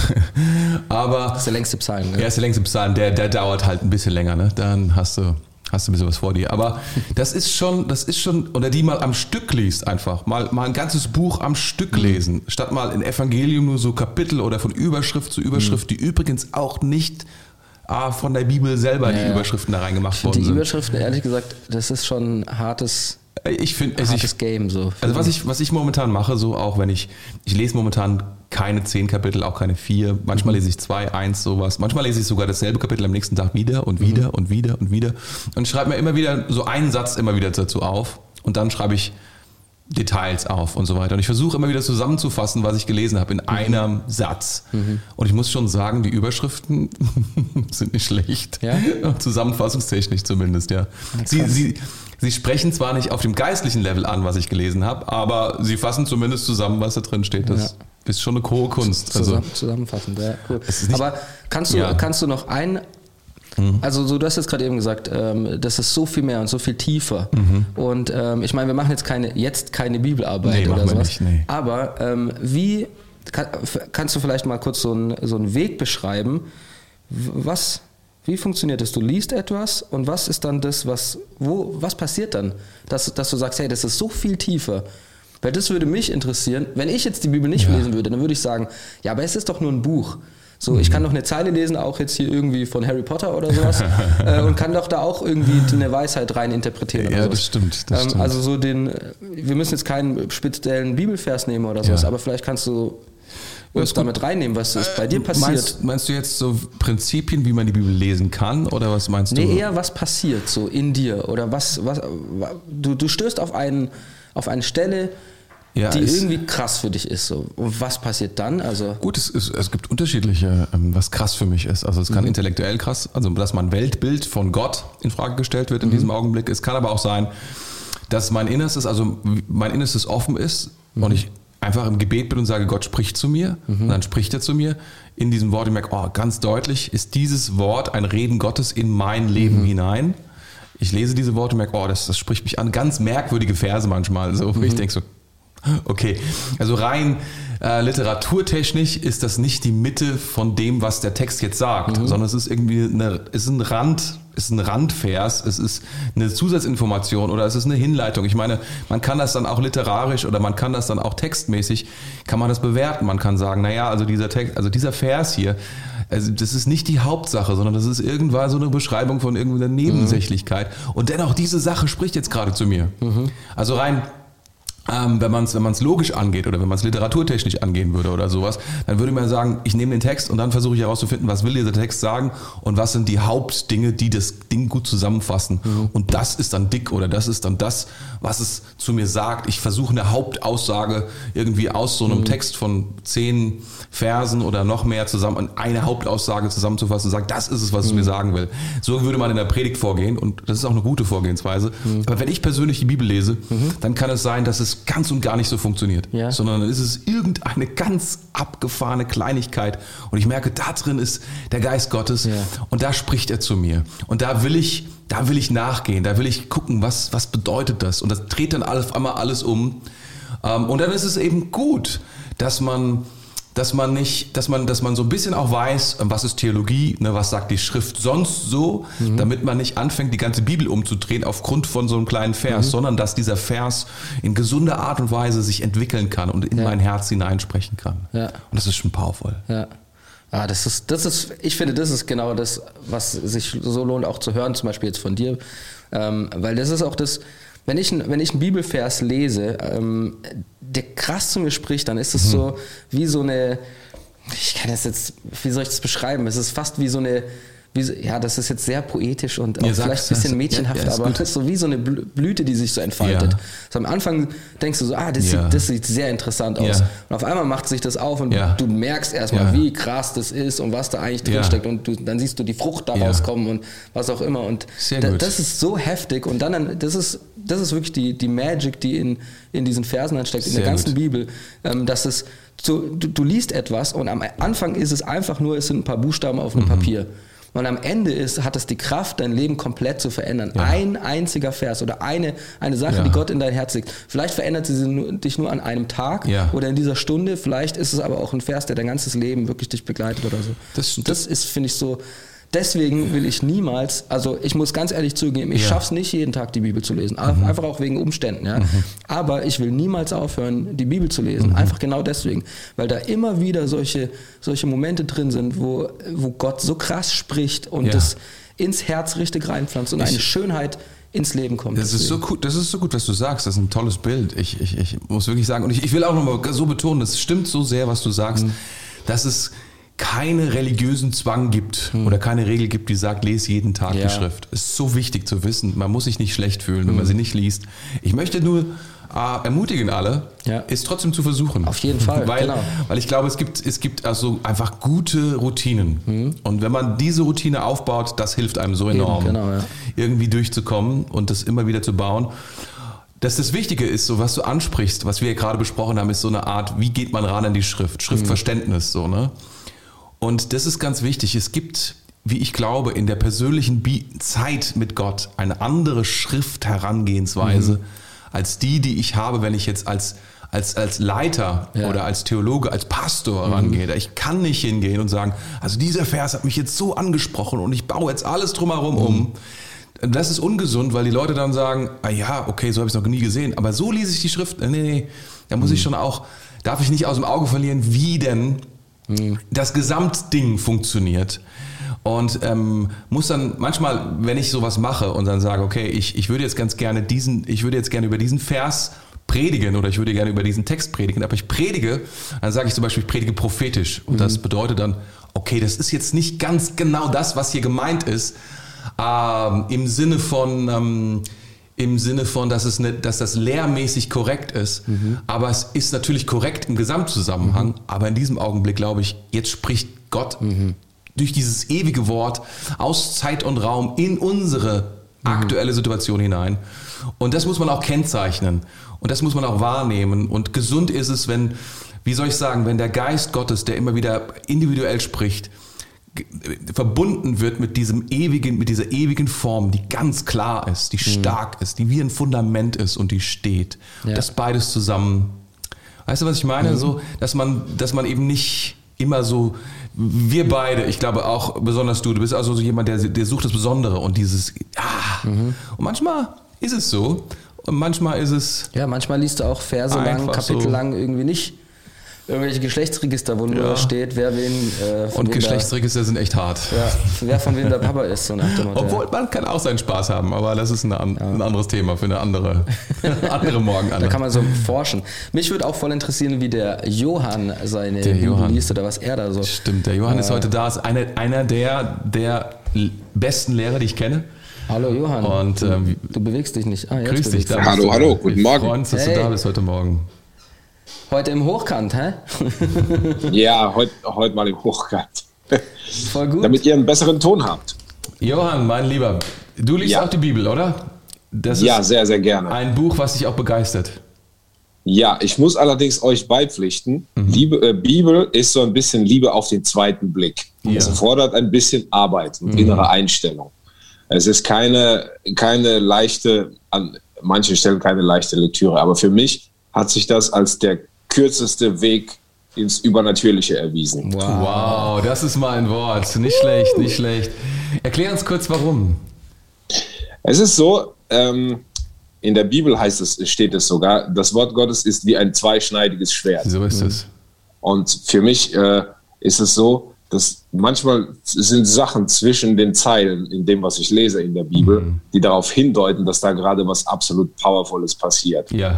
Speaker 2: Aber
Speaker 1: das ist der längste Psalm. Ne?
Speaker 2: Ja, ist der längste Psalm, der dauert halt ein bisschen länger. Ne? Dann hast du ein bisschen was vor dir. Aber das ist schon, oder die mal am Stück liest einfach. Mal ein ganzes Buch am Stück lesen. Statt mal in Evangelium nur so Kapitel oder von Überschrift zu Überschrift, die übrigens auch nicht von der Bibel selber die Überschriften da reingemacht worden sind.
Speaker 1: Die Überschriften, ehrlich gesagt, das ist schon ein hartes Game. So
Speaker 2: also was ich momentan mache, so auch wenn ich lese momentan keine 10 Kapitel, auch keine 4. Manchmal lese ich 2, 1, sowas. Manchmal lese ich sogar dasselbe Kapitel am nächsten Tag wieder und wieder und wieder und wieder. Und ich schreibe mir immer wieder so einen Satz immer wieder dazu auf. Und dann schreibe ich Details auf und so weiter. Und ich versuche immer wieder zusammenzufassen, was ich gelesen habe in einem Satz. Und ich muss schon sagen, die Überschriften sind nicht schlecht. Ja? Zusammenfassungstechnisch zumindest, ja. Sie sprechen zwar nicht auf dem geistlichen Level an, was ich gelesen habe, aber sie fassen zumindest zusammen, was da drin steht. Das ist schon eine hohe Kunst.
Speaker 1: Zusammenfassend, ja, cool. Aber kannst du noch also so, du hast jetzt gerade eben gesagt, das ist so viel mehr und so viel tiefer. Und ich meine, wir machen jetzt keine Bibelarbeit oder sowas. Nicht, nee. Aber wie kannst du vielleicht mal kurz so einen Weg beschreiben? Was Wie funktioniert das? Du liest etwas und was ist dann das, was passiert dann? Dass du sagst, hey, das ist so viel tiefer. Weil das würde mich interessieren. Wenn ich jetzt die Bibel nicht lesen würde, dann würde ich sagen, ja, aber es ist doch nur ein Buch. So, ich kann doch eine Zeile lesen, auch jetzt hier irgendwie von Harry Potter oder sowas und kann doch da auch irgendwie eine Weisheit rein interpretieren.
Speaker 2: Ja, das stimmt.
Speaker 1: Also so wir müssen jetzt keinen speziellen Bibelvers nehmen oder sowas, aber vielleicht kannst du uns damit reinnehmen, was ist bei dir passiert.
Speaker 2: Meinst du jetzt so Prinzipien, wie man die Bibel lesen kann, oder was meinst du?
Speaker 1: Nee, eher was passiert so in dir oder was du stößt auf eine Stelle, die irgendwie krass für dich ist. So. Und was passiert dann? Also
Speaker 2: gut, es gibt unterschiedliche, was krass für mich ist. Also es kann intellektuell krass, also dass mein Weltbild von Gott in Frage gestellt wird in diesem Augenblick. Es kann aber auch sein, dass mein Innerstes offen ist und ich einfach im Gebet bin und sage, Gott spricht zu mir. Und dann spricht er zu mir in diesem Wort. Ich merke, ganz deutlich ist dieses Wort ein Reden Gottes in mein Leben hinein. Ich lese diese Worte und merke, das spricht mich an. Ganz merkwürdige Verse manchmal. So, ich denke so, okay. Also rein literaturtechnisch ist das nicht die Mitte von dem, was der Text jetzt sagt, sondern es ist irgendwie ein Randvers, es ist eine Zusatzinformation oder es ist eine Hinleitung. Ich meine, man kann das dann auch literarisch oder man kann das dann auch textmäßig, kann man das bewerten. Man kann sagen, naja, also dieser Text, also dieser Vers hier, also das ist nicht die Hauptsache, sondern das ist irgendwann so eine Beschreibung von irgendeiner Nebensächlichkeit. Und dennoch, diese Sache spricht jetzt gerade zu mir. Also rein wenn man es logisch angeht oder wenn man es literaturtechnisch angehen würde oder sowas, dann würde man sagen, ich nehme den Text und dann versuche ich herauszufinden, was will dieser Text sagen und was sind die Hauptdinge, die das Ding gut zusammenfassen. Und das ist dann dick oder das ist dann das, was es zu mir sagt. Ich versuche eine Hauptaussage irgendwie aus so einem Text von 10 Versen oder noch mehr zusammen, eine Hauptaussage zusammenzufassen und sagen, das ist es, was es mir sagen will. So würde man in der Predigt vorgehen und das ist auch eine gute Vorgehensweise. Aber wenn ich persönlich die Bibel lese, dann kann es sein, dass es ganz und gar nicht so funktioniert, sondern dann ist es irgendeine ganz abgefahrene Kleinigkeit und ich merke, da drin ist der Geist Gottes und da spricht er zu mir und da will ich nachgehen, da will ich gucken, was bedeutet das und das dreht dann auf einmal alles um und dann ist es eben gut, dass man so ein bisschen auch weiß, was ist Theologie, ne, was sagt die Schrift sonst so, damit man nicht anfängt, die ganze Bibel umzudrehen aufgrund von so einem kleinen Vers, sondern dass dieser Vers in gesunder Art und Weise sich entwickeln kann und in mein Herz hineinsprechen kann. Ja. Und das ist schon powerful.
Speaker 1: Ja. Ah, ich finde, das ist genau das, was sich so lohnt auch zu hören, zum Beispiel jetzt von dir, weil das ist auch das, wenn ich einen Bibelvers lese, der krass zu mir spricht, dann ist es so wie so eine, wie soll ich das beschreiben? Es ist fast wie so eine, das ist jetzt sehr poetisch und auch vielleicht ein bisschen mädchenhaft, aber das ist so wie so eine Blüte, die sich so entfaltet. Ja. So am Anfang denkst du so, das sieht sehr interessant aus. Und auf einmal macht sich das auf und du merkst erstmal, wie krass das ist und was da eigentlich drinsteckt und dann siehst du die Frucht daraus kommen und was auch immer. Und das ist so heftig und dann, das ist wirklich die Magic, die in diesen Versen dann steckt, in der ganzen Bibel, dass es du liest etwas und am Anfang ist es einfach nur, es sind ein paar Buchstaben auf einem Papier. Und am Ende hat es die Kraft, dein Leben komplett zu verändern. Ja. Ein einziger Vers oder eine Sache, die Gott in dein Herz legt. Vielleicht verändert sie dich nur an einem Tag oder in dieser Stunde. Vielleicht ist es aber auch ein Vers, der dein ganzes Leben wirklich dich begleitet oder so. Das ist, finde ich, so. Deswegen will ich niemals, also ich muss ganz ehrlich zugeben, ich schaffe es nicht, jeden Tag die Bibel zu lesen. Einfach auch wegen Umständen. Ja. Aber ich will niemals aufhören, die Bibel zu lesen. Einfach genau deswegen. Weil da immer wieder solche Momente drin sind, wo Gott so krass spricht und das ins Herz richtig reinpflanzt und eine Schönheit ins Leben kommt.
Speaker 2: Das ist so gut, was du sagst. Das ist ein tolles Bild. Ich muss wirklich sagen, und ich will auch nochmal so betonen, das stimmt so sehr, was du sagst, dass es keine religiösen Zwang gibt oder keine Regel gibt, die sagt, lese jeden Tag die Schrift. Es ist so wichtig zu wissen. Man muss sich nicht schlecht fühlen, wenn man sie nicht liest. Ich möchte nur ermutigen alle, es trotzdem zu versuchen.
Speaker 1: Auf jeden Fall,
Speaker 2: weil ich glaube, es gibt also einfach gute Routinen. Und wenn man diese Routine aufbaut, das hilft einem so enorm, irgendwie durchzukommen und das immer wieder zu bauen. Dass das Wichtige ist, so was du ansprichst, was wir gerade besprochen haben, ist so eine Art, wie geht man ran an die Schrift? Schriftverständnis, so, ne? Und das ist ganz wichtig. Es gibt, wie ich glaube, in der persönlichen Zeit mit Gott eine andere Schriftherangehensweise als die ich habe, wenn ich jetzt als als Leiter oder als Theologe, als Pastor rangehe. Ich kann nicht hingehen und sagen, also dieser Vers hat mich jetzt so angesprochen und ich baue jetzt alles drumherum um. Das ist ungesund, weil die Leute dann sagen, okay, so habe ich es noch nie gesehen, aber so lese ich die Schrift. Nee, da muss ich schon auch, darf ich nicht aus dem Auge verlieren, wie denn das Gesamtding funktioniert. Und muss dann manchmal, wenn ich sowas mache und dann sage, okay, ich würde jetzt gerne über diesen Vers predigen oder ich würde gerne über diesen Text predigen, aber ich predige, dann sage ich zum Beispiel, ich predige prophetisch. Und das bedeutet dann, okay, das ist jetzt nicht ganz genau das, was hier gemeint ist, im Sinne von, dass das lehrmäßig korrekt ist, aber es ist natürlich korrekt im Gesamtzusammenhang, aber in diesem Augenblick glaube ich, jetzt spricht Gott durch dieses ewige Wort aus Zeit und Raum in unsere aktuelle Situation hinein. Und das muss man auch kennzeichnen und das muss man auch wahrnehmen. Und gesund ist es, wenn der Geist Gottes, der immer wieder individuell spricht, verbunden wird mit dieser ewigen Form, die ganz klar ist, die stark ist, die wie ein Fundament ist und die steht. Ja. Das beides zusammen. Weißt du, was ich meine? So, dass man eben nicht immer so, wir beide, ich glaube auch besonders du bist also so jemand, der sucht das Besondere und dieses, und manchmal ist es so und manchmal ist es...
Speaker 1: Ja, manchmal liest du auch Verse lang, Kapitel lang irgendwie nicht irgendwelche Geschlechtsregister, wo nur steht, wer wen...
Speaker 2: und Geschlechtsregister sind echt hart.
Speaker 1: Ja, wer von wem der Papa ist, so nach dem Motto.
Speaker 2: Obwohl, man kann auch seinen Spaß haben, aber das ist ein anderes Thema für eine andere Morgenandacht.
Speaker 1: Da kann man so forschen. Mich würde auch voll interessieren, wie der Johann seine Bibel liest oder was er da so...
Speaker 2: Stimmt, der Johann ist heute da, ist einer der besten Lehrer, die ich kenne.
Speaker 1: Hallo Johann,
Speaker 2: und,
Speaker 1: du bewegst dich nicht.
Speaker 2: Grüß dich.
Speaker 3: Hallo, guten Morgen.
Speaker 2: Wir freuen uns, dass du da bist heute Morgen.
Speaker 1: Heute im Hochkant, hä?
Speaker 3: Ja, heute mal im Hochkant.
Speaker 1: Voll gut.
Speaker 3: Damit ihr einen besseren Ton habt.
Speaker 2: Johann, mein Lieber, du liest auch die Bibel, oder? Das ist
Speaker 3: sehr, sehr gerne.
Speaker 2: Ein Buch, was dich auch begeistert.
Speaker 3: Ja, ich muss allerdings euch beipflichten, Bibel ist so ein bisschen Liebe auf den zweiten Blick. Es erfordert ein bisschen Arbeit und innere Einstellung. Es ist keine leichte, an manchen Stellen keine leichte Lektüre, aber für mich hat sich das als der kürzeste Weg ins Übernatürliche erwiesen.
Speaker 2: Wow, das ist mal ein Wort. Nicht schlecht, nicht schlecht. Erklär uns kurz, warum.
Speaker 3: Es ist so, in der Bibel steht es sogar, das Wort Gottes ist wie ein zweischneidiges Schwert.
Speaker 2: So ist es.
Speaker 3: Und für mich ist es so, dass manchmal sind Sachen zwischen den Zeilen in dem, was ich lese in der Bibel, die darauf hindeuten, dass da gerade was absolut Powervolles passiert.
Speaker 2: Ja.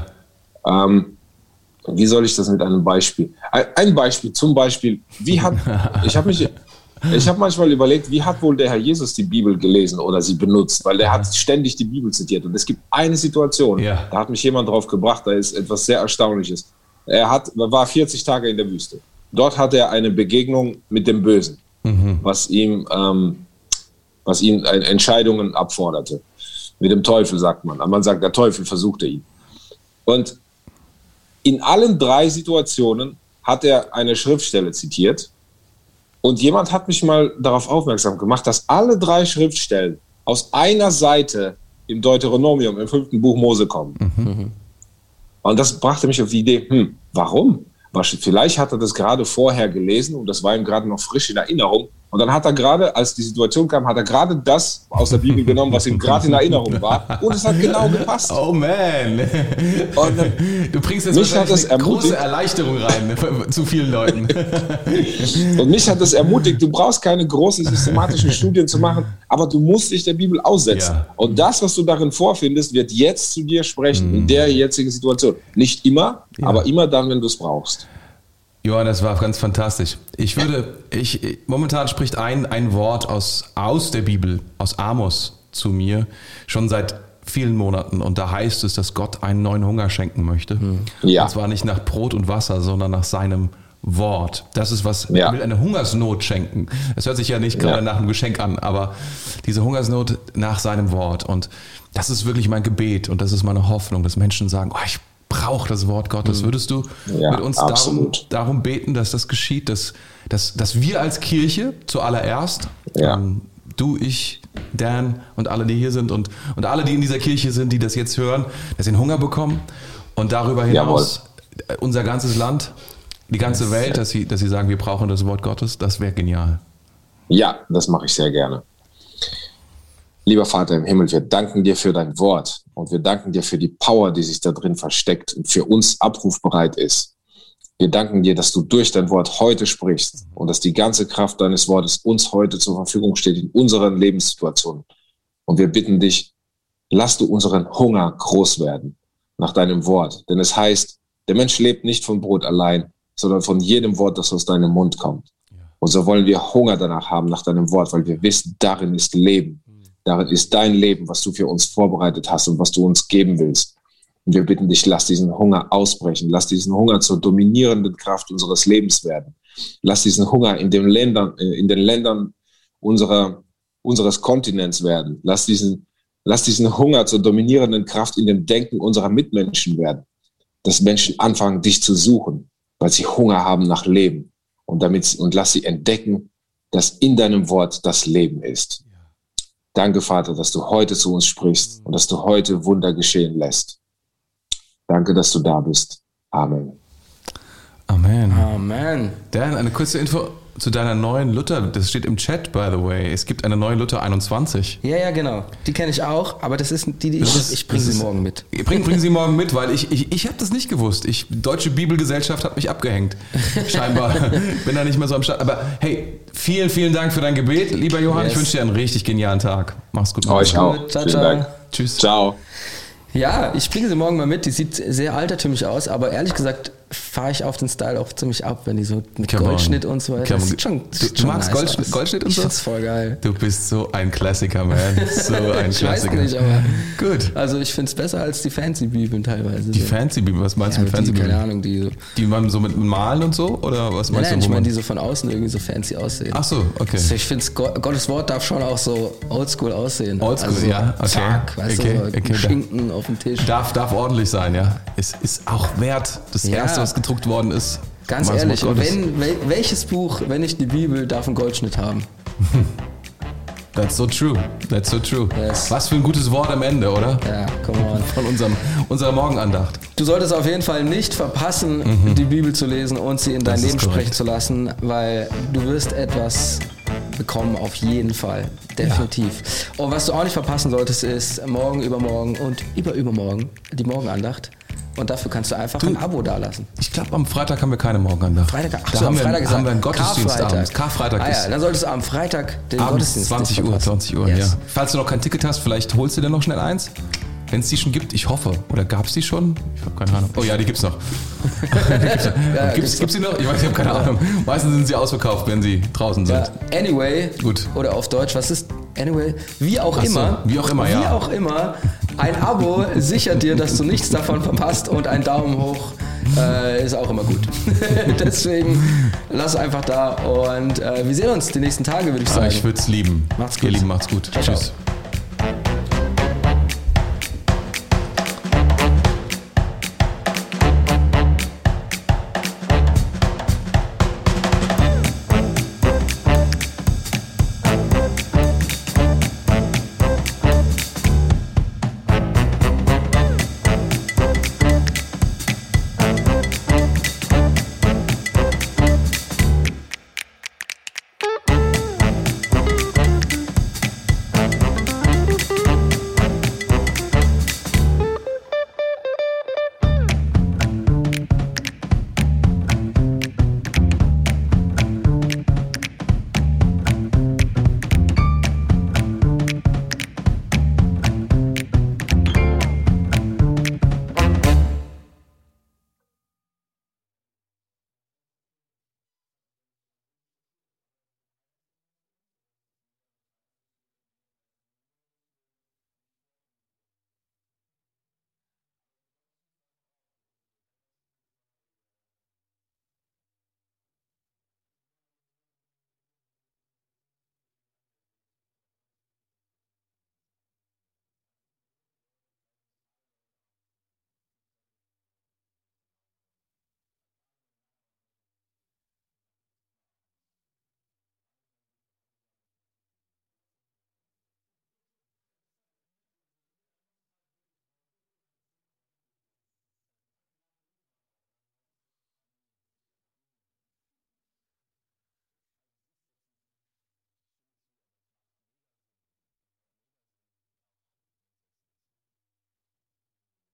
Speaker 3: Wie soll ich das mit einem Beispiel? Ein Beispiel, zum Beispiel, ich habe manchmal überlegt, wie hat wohl der Herr Jesus die Bibel gelesen oder sie benutzt, weil der hat ständig die Bibel zitiert. Und es gibt eine Situation, da hat mich jemand drauf gebracht, da ist etwas sehr Erstaunliches. Er war 40 Tage in der Wüste. Dort hat er eine Begegnung mit dem Bösen, was ihm Entscheidungen abforderte. Mit dem Teufel, sagt man. Aber man sagt, der Teufel versuchte ihn. Und in allen 3 Situationen hat er eine Schriftstelle zitiert. Und jemand hat mich mal darauf aufmerksam gemacht, dass alle 3 Schriftstellen aus einer Seite im Deuteronomium, im 5. Buch Mose kommen. Und das brachte mich auf die Idee, warum? Vielleicht hat er das gerade vorher gelesen und das war ihm gerade noch frisch in Erinnerung. Und dann hat er gerade, als die Situation kam, hat er gerade das aus der Bibel genommen, was ihm gerade in Erinnerung war. Und es hat genau gepasst.
Speaker 2: Oh man. Und du bringst jetzt eine große Erleichterung rein zu vielen Leuten.
Speaker 3: Und mich hat das ermutigt, du brauchst keine großen systematischen Studien zu machen, aber du musst dich der Bibel aussetzen. Ja. Und das, was du darin vorfindest, wird jetzt zu dir sprechen, in der jetzigen Situation. Nicht immer, aber immer dann, wenn du es brauchst.
Speaker 2: Johann, das war ganz fantastisch. Momentan spricht ein Wort aus der Bibel, aus Amos zu mir, schon seit vielen Monaten. Und da heißt es, dass Gott einen neuen Hunger schenken möchte. Ja. Und zwar nicht nach Brot und Wasser, sondern nach seinem Wort. Das ist was, er will eine Hungersnot schenken. Es hört sich ja nicht gerade nach einem Geschenk an, aber diese Hungersnot nach seinem Wort. Und das ist wirklich mein Gebet und das ist meine Hoffnung, dass Menschen sagen, ich brauche das Wort Gottes. Würdest du mit uns darum beten, dass das geschieht, dass wir als Kirche zuallererst, du, ich, Dan und alle, die hier sind und alle, die in dieser Kirche sind, die das jetzt hören, dass sie einen Hunger bekommen und darüber hinaus unser ganzes Land, die ganze Welt, dass sie sagen, wir brauchen das Wort Gottes, das wäre genial.
Speaker 3: Ja, das mache ich sehr gerne. Lieber Vater im Himmel, wir danken dir für dein Wort und wir danken dir für die Power, die sich da drin versteckt und für uns abrufbereit ist. Wir danken dir, dass du durch dein Wort heute sprichst und dass die ganze Kraft deines Wortes uns heute zur Verfügung steht in unseren Lebenssituationen. Und wir bitten dich, lass du unseren Hunger groß werden nach deinem Wort. Denn es heißt, der Mensch lebt nicht von Brot allein, sondern von jedem Wort, das aus deinem Mund kommt. Und so wollen wir Hunger danach haben, nach deinem Wort, weil wir wissen, darin ist Leben. Darin ist dein Leben, was du für uns vorbereitet hast und was du uns geben willst. Und wir bitten dich, lass diesen Hunger ausbrechen. Lass diesen Hunger zur dominierenden Kraft unseres Lebens werden. Lass diesen Hunger in den Ländern unseres Kontinents werden. Lass diesen Hunger zur dominierenden Kraft in dem Denken unserer Mitmenschen werden. Dass Menschen anfangen, dich zu suchen, weil sie Hunger haben nach Leben. Und lass sie entdecken, dass in deinem Wort das Leben ist. Danke, Vater, dass du heute zu uns sprichst und dass du heute Wunder geschehen lässt. Danke, dass du da bist. Amen.
Speaker 2: Amen.
Speaker 1: Amen.
Speaker 2: Dan, eine kurze Info zu deiner neuen Luther. Das steht im Chat, by the way. Es gibt eine neue Luther 21.
Speaker 1: Ja, genau. Die kenne ich auch, aber das ist die ich bringe sie morgen mit.
Speaker 2: Bring sie morgen mit, weil ich habe das nicht gewusst. Deutsche Bibelgesellschaft hat mich abgehängt. Scheinbar. Bin da nicht mehr so am Start. Aber hey, vielen, vielen Dank für dein Gebet, lieber Johann.
Speaker 1: Yes.
Speaker 2: Ich wünsche dir einen richtig genialen Tag. Mach's gut.
Speaker 3: Euch auch.
Speaker 1: Ciao,
Speaker 3: Vielen
Speaker 1: ciao.
Speaker 3: Dank.
Speaker 2: Tschüss.
Speaker 3: Ciao.
Speaker 1: Ja, ich bringe sie morgen mal mit. Die sieht sehr altertümlich aus, aber ehrlich gesagt fahre ich auf den Style auch ziemlich ab, wenn die so mit Goldschnitt und so weiter. Das sieht schon
Speaker 2: du magst
Speaker 1: nice
Speaker 2: Goldschnitt und
Speaker 1: ich
Speaker 2: so?
Speaker 1: Ich find's voll geil.
Speaker 2: Du bist so ein Klassiker, man. So ein
Speaker 1: ich
Speaker 2: Klassiker.
Speaker 1: weiß nicht, aber
Speaker 2: gut.
Speaker 1: Also ich find's besser als die Fancy-Bibeln teilweise.
Speaker 2: Die Fancy-Bibeln? Was meinst du mit Fancy-Bibeln?
Speaker 1: Keine Ahnung, die so.
Speaker 2: Die man so mit Malen und so? Oder was meinst du?
Speaker 1: Ich meine, die so von außen irgendwie so fancy aussehen.
Speaker 2: Ach so, okay.
Speaker 1: Also ich finde, Gottes Wort darf schon auch so oldschool aussehen.
Speaker 2: Oldschool,
Speaker 1: also so
Speaker 2: ja. Okay.
Speaker 1: Zack, weißt du, so Schinken auf dem Tisch.
Speaker 2: Darf ordentlich sein, ja. Es ist auch wert. Das Erste, was gedruckt worden ist.
Speaker 1: Ganz ehrlich, welches Buch, wenn nicht die Bibel, darf einen Goldschnitt haben?
Speaker 2: That's so true. That's so true.
Speaker 1: Yes.
Speaker 2: Was für ein gutes Wort am Ende, oder?
Speaker 1: Ja, come on.
Speaker 2: Von unserer Morgenandacht.
Speaker 1: Du solltest auf jeden Fall nicht verpassen, die Bibel zu lesen und sie in dein Leben sprechen zu lassen, weil du wirst etwas bekommen, auf jeden Fall. Definitiv. Ja. Und was du auch nicht verpassen solltest, ist morgen, übermorgen und übermorgen die Morgenandacht. Und dafür kannst du einfach ein Abo dalassen.
Speaker 2: Ich glaube, am Freitag haben wir keine Morgenandacht.
Speaker 1: Freitag
Speaker 2: haben wir einen Gottesdienst abends. Karfreitag ist.
Speaker 1: Ja, dann solltest du am Freitag den
Speaker 2: abends
Speaker 1: Gottesdienst
Speaker 2: 20 Uhr,
Speaker 1: yes.
Speaker 2: Ja. Falls du noch kein Ticket hast, vielleicht holst du dir noch schnell eins. Wenn es die schon gibt, ich hoffe. Oder gab es die schon? Ich habe keine Ahnung. Oh ja, die gibt's noch. Gibt's die noch? Ich habe keine Ahnung. Meistens sind sie ausverkauft, wenn sie draußen sind.
Speaker 1: Ja, anyway.
Speaker 2: Gut.
Speaker 1: Oder auf Deutsch, was ist anyway? Wie auch immer, ein Abo sichert dir, dass du nichts davon verpasst und ein Daumen hoch ist auch immer gut. Deswegen lass einfach da und wir sehen uns die nächsten Tage, würde ich sagen.
Speaker 2: Ich würde es lieben.
Speaker 1: Macht's gut.
Speaker 2: Ihr Lieben, macht's gut.
Speaker 1: Ciao,
Speaker 2: Tschüss.
Speaker 1: ciao.